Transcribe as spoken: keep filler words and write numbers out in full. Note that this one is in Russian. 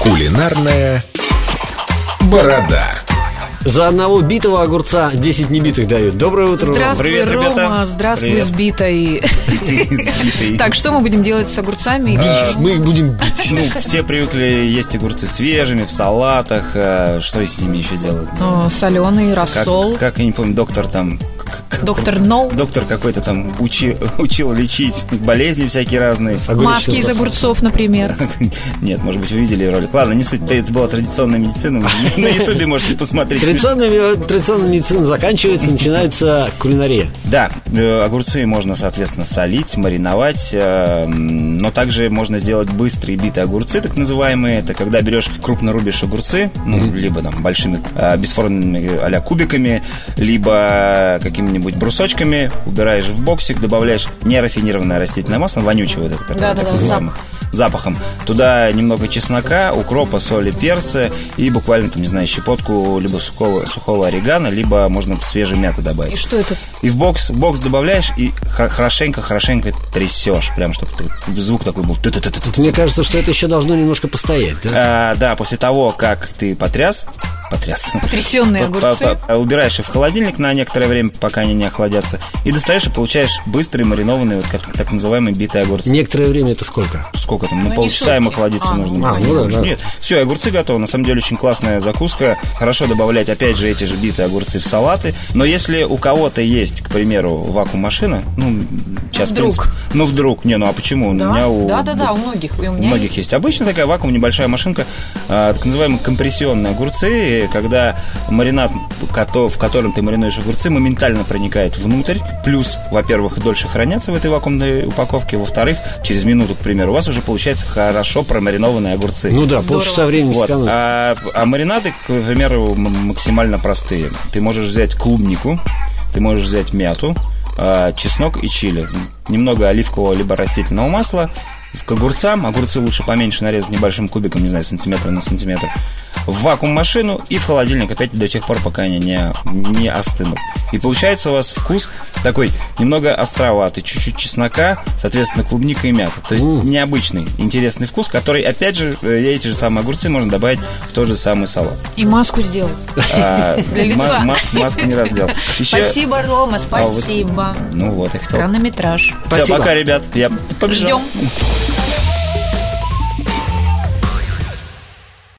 Кулинарная борода. За одного битого огурца десять небитых дают. Доброе утро, Рома. Здравствуй, Привет, Рома. ребята. Здравствуй, Привет. сбитый. Избитый. Так, что мы будем делать с огурцами? А, Мы их будем бить. Ну, все привыкли есть огурцы свежими, в салатах. а, Что с ними еще делают? Соленый, Как, рассол. как, я не помню, доктор там... как- Доктор Ноу. Доктор какой-то там учи- учил лечить болезни всякие разные. Маски из огурцов, например. Нет, может быть, вы видели ролик. Ладно, не суть, это была традиционная медицина. На ютубе можете посмотреть. Традиционная, традиционная медицина заканчивается, начинается кулинария. Да, э, огурцы можно, соответственно, солить, мариновать, э, но также можно сделать быстрые битые огурцы, так называемые. Это когда берешь, крупно рубишь огурцы, ну, mm-hmm. либо там большими э, бесформенными а-ля кубиками, либо какими-нибудь брусочками, убираешь в боксик, добавляешь нерафинированное растительное масло, вонючее вот это, которое Да, да, так да, называемое, запахом. Туда немного чеснока, укропа, соли, перца и буквально, там, не знаю, щепотку либо сухого, сухого орегано, либо можно свежей мяты добавить. И что это? И в бокс, в бокс добавляешь и хорошенько-хорошенько трясешь, прям чтобы звук такой был. Мне кажется, что это еще должно немножко постоять, да? А, да, после того, как ты потряс, потряс, Потрясенные огурцы. убираешь их в холодильник на некоторое время, пока они не охладятся, и достаешь и получаешь быстрые маринованные, вот, как, так называемые битые огурцы. Некоторое время это сколько? Сколько там? Ну, Ну, полчаса не им сутки. охладиться А, нужно. а, ну да, да. Нет, все, огурцы готовы. На самом деле очень классная закуска. Хорошо добавлять, опять же, эти же битые огурцы в салаты. Но если у кого-то есть, к примеру, вакуум-машина, ну, сейчас, Вдруг. в принципе, ну, вдруг, не, ну, а почему? Да? У меня у... Да, да, да, у многих. И у У меня многих есть. Обычно такая вакуум, небольшая машинка, а, так называемые компрессионные огурцы, когда маринад, кото- в котором ты маринуешь огурцы, моментально проникает внутрь. Плюс, во-первых, дольше хранятся в этой вакуумной упаковке. Во-вторых, через минуту, к примеру, у вас уже получается хорошо промаринованные огурцы. Ну да, Здорово. полчаса времени Вот. сэкономить. А, а маринады, к примеру, м- максимально простые. Ты можешь взять клубнику, ты можешь взять мяту, а, чеснок и чили. Немного оливкового либо растительного масла. К огурцам, огурцы лучше поменьше нарезать небольшим кубиком, не знаю, сантиметр на сантиметр, в вакуум-машину и в холодильник опять до тех пор, пока они не, не остынут. И получается у вас вкус такой немного островатый, чуть-чуть чеснока, соответственно, клубника и мята. То есть Mm. необычный, интересный вкус, который, опять же, эти же самые огурцы можно добавить в тот же самый салат. и маску сделать. А, Для лица. ма- мас- Маску не раз делал. Еще... Спасибо, Рома, спасибо. Ну вот, я хотел. Хронометраж. Все, Спасибо. пока, ребят. Я побежал. Ждем.